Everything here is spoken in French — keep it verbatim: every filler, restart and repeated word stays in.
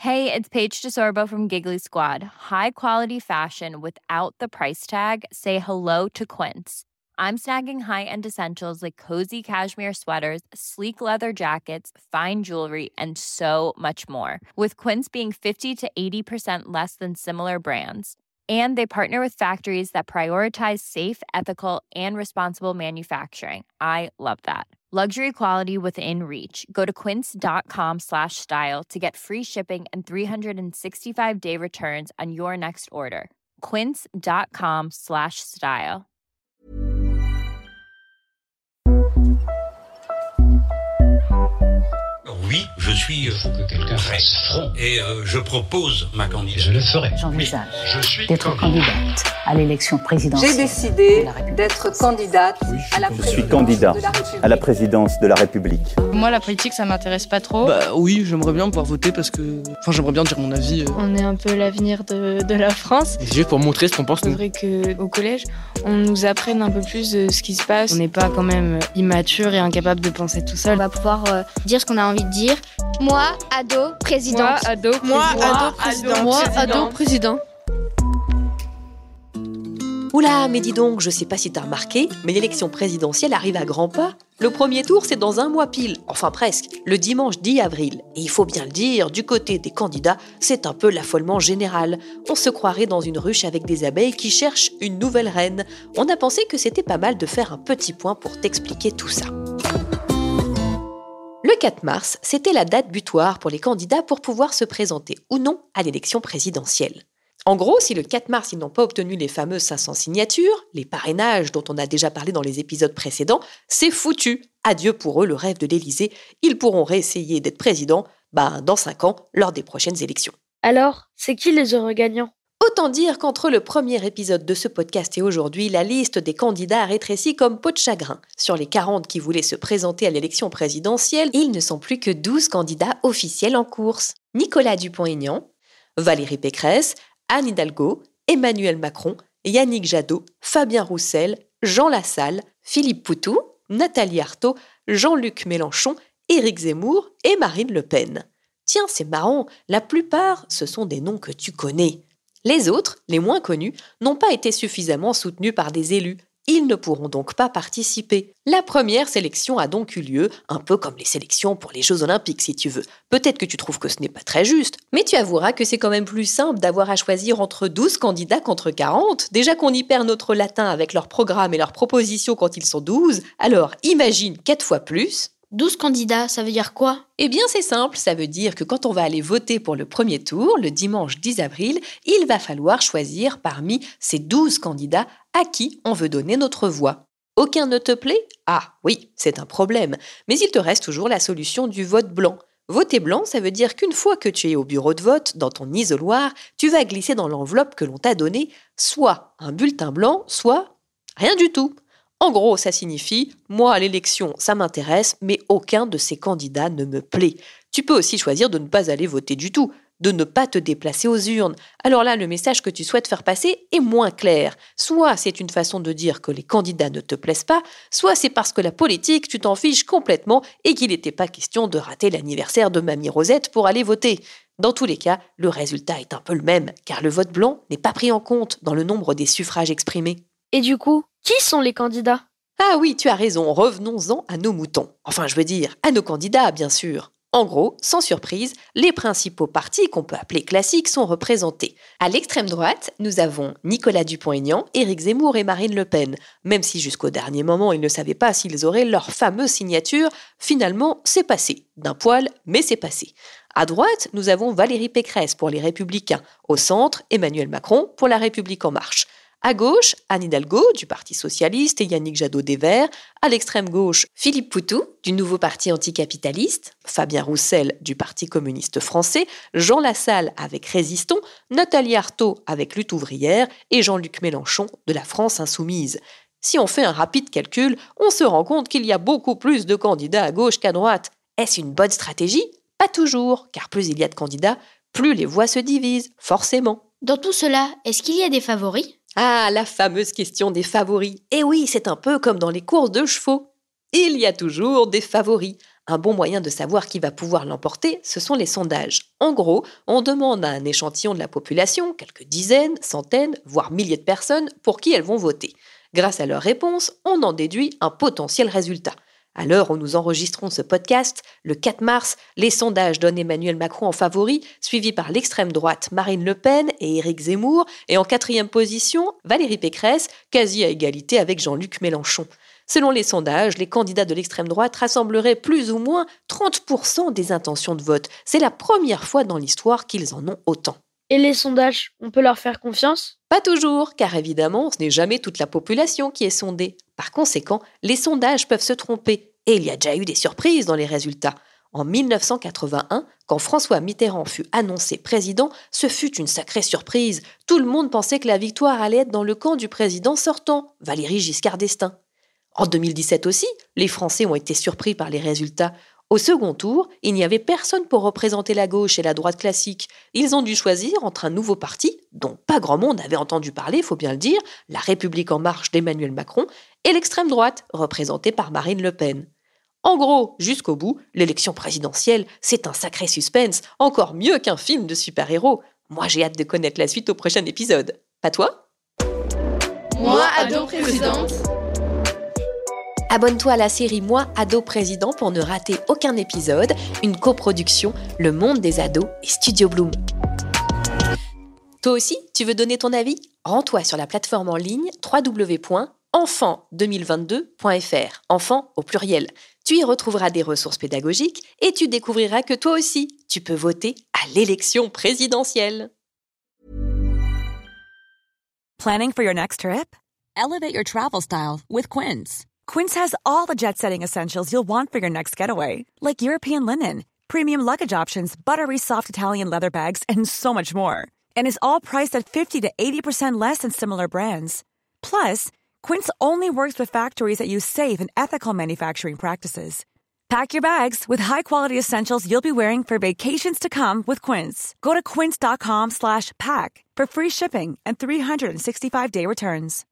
Hey, it's Paige DeSorbo from Giggly Squad. High quality fashion without the price tag. Say hello to Quince. I'm snagging high-end essentials like cozy cashmere sweaters, sleek leather jackets, fine jewelry, and so much more. With Quince being fifty to eighty percent less than similar brands. And they partner with factories that prioritize safe, ethical, and responsible manufacturing. I love that. Luxury quality within reach. Go to quince.com slash style to get free shipping and three sixty-five day returns on your next order. Quince.com slash style. Oui, je suis euh, Il faut que quelqu'un prêt. fasse front. Et euh, je propose ma candidature. Je le ferai. J'envisage Je suis d'être candidate à l'élection présidentielle. J'ai décidé de la République. d'être candidate à la Je présidence suis candidat de la République. à la présidence de la République. Moi, la politique, ça m'intéresse pas trop. Bah oui, j'aimerais bien pouvoir voter parce que... Enfin, j'aimerais bien dire mon avis. euh. On est un peu l'avenir de, de la France. C'est juste pour montrer ce qu'on pense. C'est nous. vrai qu'au collège, on nous apprenne un peu plus de ce qui se passe. On n'est pas quand même immature et incapable de penser tout On seul. va pouvoir euh, dire ce qu'on a envie de dire. Moi, ado, présidente. Moi, ado, Moi, président. ado, président. Moi, Président. ado, président. Oula, mais dis donc, je sais pas si t'as remarqué, mais l'élection présidentielle arrive à grands pas. Le premier tour, c'est dans un mois pile, enfin presque, le dimanche dix avril. Et il faut bien le dire, du côté des candidats, c'est un peu l'affolement général. On se croirait dans une ruche avec des abeilles qui cherchent une nouvelle reine. On a pensé que c'était pas mal de faire un petit point pour t'expliquer tout ça. Le quatre mars, c'était la date butoir pour les candidats pour pouvoir se présenter ou non à l'élection présidentielle. En gros, si le quatre mars, ils n'ont pas obtenu les fameuses cinq cents signatures, les parrainages dont on a déjà parlé dans les épisodes précédents, c'est foutu. Adieu pour eux le rêve de l'Élysée. Ils pourront réessayer d'être présidents bah, dans cinq ans, lors des prochaines élections. Alors, c'est qui les heureux gagnants ? Autant dire qu'entre le premier épisode de ce podcast et aujourd'hui, la liste des candidats a rétréci comme peau de chagrin. Sur les quarante qui voulaient se présenter à l'élection présidentielle, il ne sont plus que douze candidats officiels en course. Nicolas Dupont-Aignan, Valérie Pécresse, Anne Hidalgo, Emmanuel Macron, Yannick Jadot, Fabien Roussel, Jean Lassalle, Philippe Poutou, Nathalie Arthaud, Jean-Luc Mélenchon, Éric Zemmour et Marine Le Pen. Tiens, c'est marrant, la plupart, ce sont des noms que tu connais. Les autres, les moins connus, n'ont pas été suffisamment soutenus par des élus. Ils ne pourront donc pas participer. La première sélection a donc eu lieu, un peu comme les sélections pour les Jeux Olympiques si tu veux. Peut-être que tu trouves que ce n'est pas très juste, mais tu avoueras que c'est quand même plus simple d'avoir à choisir entre douze candidats contre quarante. Déjà qu'on y perd notre latin avec leurs programmes et leurs propositions quand ils sont douze, alors imagine quatre fois plus. douze candidats, ça veut dire quoi ? Eh bien, c'est simple, ça veut dire que quand on va aller voter pour le premier tour, le dimanche dix avril, il va falloir choisir parmi ces douze candidats à qui on veut donner notre voix. Aucun ne te plaît ? Ah oui, c'est un problème. Mais il te reste toujours la solution du vote blanc. Voter blanc, ça veut dire qu'une fois que tu es au bureau de vote, dans ton isoloir, tu vas glisser dans l'enveloppe que l'on t'a donnée soit un bulletin blanc, soit rien du tout. En gros, ça signifie « moi, à l'élection, ça m'intéresse, mais aucun de ces candidats ne me plaît ». Tu peux aussi choisir de ne pas aller voter du tout, de ne pas te déplacer aux urnes. Alors là, le message que tu souhaites faire passer est moins clair. Soit c'est une façon de dire que les candidats ne te plaisent pas, soit c'est parce que la politique, tu t'en fiches complètement et qu'il n'était pas question de rater l'anniversaire de Mamie Rosette pour aller voter. Dans tous les cas, le résultat est un peu le même, car le vote blanc n'est pas pris en compte dans le nombre des suffrages exprimés. Et du coup, qui sont les candidats ? Ah oui, tu as raison, revenons-en à nos moutons. Enfin, je veux dire, à nos candidats, bien sûr. En gros, sans surprise, les principaux partis qu'on peut appeler classiques sont représentés. À l'extrême droite, nous avons Nicolas Dupont-Aignan, Éric Zemmour et Marine Le Pen. Même si jusqu'au dernier moment, ils ne savaient pas s'ils auraient leur fameuse signature, finalement, c'est passé. D'un poil, mais c'est passé. À droite, nous avons Valérie Pécresse pour les Républicains. Au centre, Emmanuel Macron pour La République En Marche. À gauche, Anne Hidalgo du Parti socialiste et Yannick Jadot des Verts. À l'extrême gauche, Philippe Poutou du nouveau parti anticapitaliste, Fabien Roussel du Parti communiste français, Jean Lassalle avec Résistons, Nathalie Arthaud avec Lutte ouvrière et Jean-Luc Mélenchon de la France insoumise. Si on fait un rapide calcul, on se rend compte qu'il y a beaucoup plus de candidats à gauche qu'à droite. Est-ce une bonne stratégie ? Pas toujours, car plus il y a de candidats, plus les voix se divisent, forcément. Dans tout cela, est-ce qu'il y a des favoris ? Ah, la fameuse question des favoris. Eh oui, c'est un peu comme dans les courses de chevaux. Il y a toujours des favoris. Un bon moyen de savoir qui va pouvoir l'emporter, ce sont les sondages. En gros, on demande à un échantillon de la population, quelques dizaines, centaines, voire milliers de personnes, pour qui elles vont voter. Grâce à leurs réponses, on en déduit un potentiel résultat. À l'heure où nous enregistrons ce podcast, le quatre mars, les sondages donnent Emmanuel Macron en favori, suivi par l'extrême droite Marine Le Pen et Éric Zemmour, et en quatrième position, Valérie Pécresse, quasi à égalité avec Jean-Luc Mélenchon. Selon les sondages, les candidats de l'extrême droite rassembleraient plus ou moins trente pour cent des intentions de vote. C'est la première fois dans l'histoire qu'ils en ont autant. Et les sondages, on peut leur faire confiance ? Pas toujours, car évidemment, ce n'est jamais toute la population qui est sondée. Par conséquent, les sondages peuvent se tromper. Et il y a déjà eu des surprises dans les résultats. En dix-neuf cent quatre-vingt-un, quand François Mitterrand fut annoncé président, ce fut une sacrée surprise. Tout le monde pensait que la victoire allait être dans le camp du président sortant, Valéry Giscard d'Estaing. En deux mille dix-sept aussi, les Français ont été surpris par les résultats. Au second tour, il n'y avait personne pour représenter la gauche et la droite classique. Ils ont dû choisir entre un nouveau parti, dont pas grand monde avait entendu parler, faut bien le dire, la République en marche d'Emmanuel Macron, et l'extrême droite, représentée par Marine Le Pen. En gros, jusqu'au bout, l'élection présidentielle, c'est un sacré suspense, encore mieux qu'un film de super-héros. Moi, j'ai hâte de connaître la suite au prochain épisode. Pas toi ? Moi, ado présidente. Abonne-toi à la série Moi, ado président pour ne rater aucun épisode, une coproduction Le Monde des ados et Studio Bloom. Toi aussi, tu veux donner ton avis ? Rends-toi sur la plateforme en ligne w w w point enfant deux mille vingt-deux point f r, enfant au pluriel. Tu y retrouveras des ressources pédagogiques et tu découvriras que toi aussi, tu peux voter à l'élection présidentielle. Planning for your next trip? Elevate your travel style with Quince. Quince has all the jet-setting essentials you'll want for your next getaway, like European linen, premium luggage options, buttery soft Italian leather bags, and so much more. And is all priced at fifty to eighty percent less than similar brands. Plus, Quince only works with factories that use safe and ethical manufacturing practices. Pack your bags with high-quality essentials you'll be wearing for vacations to come with Quince. Go to quince dot com slash pack for free shipping and three sixty-five day returns.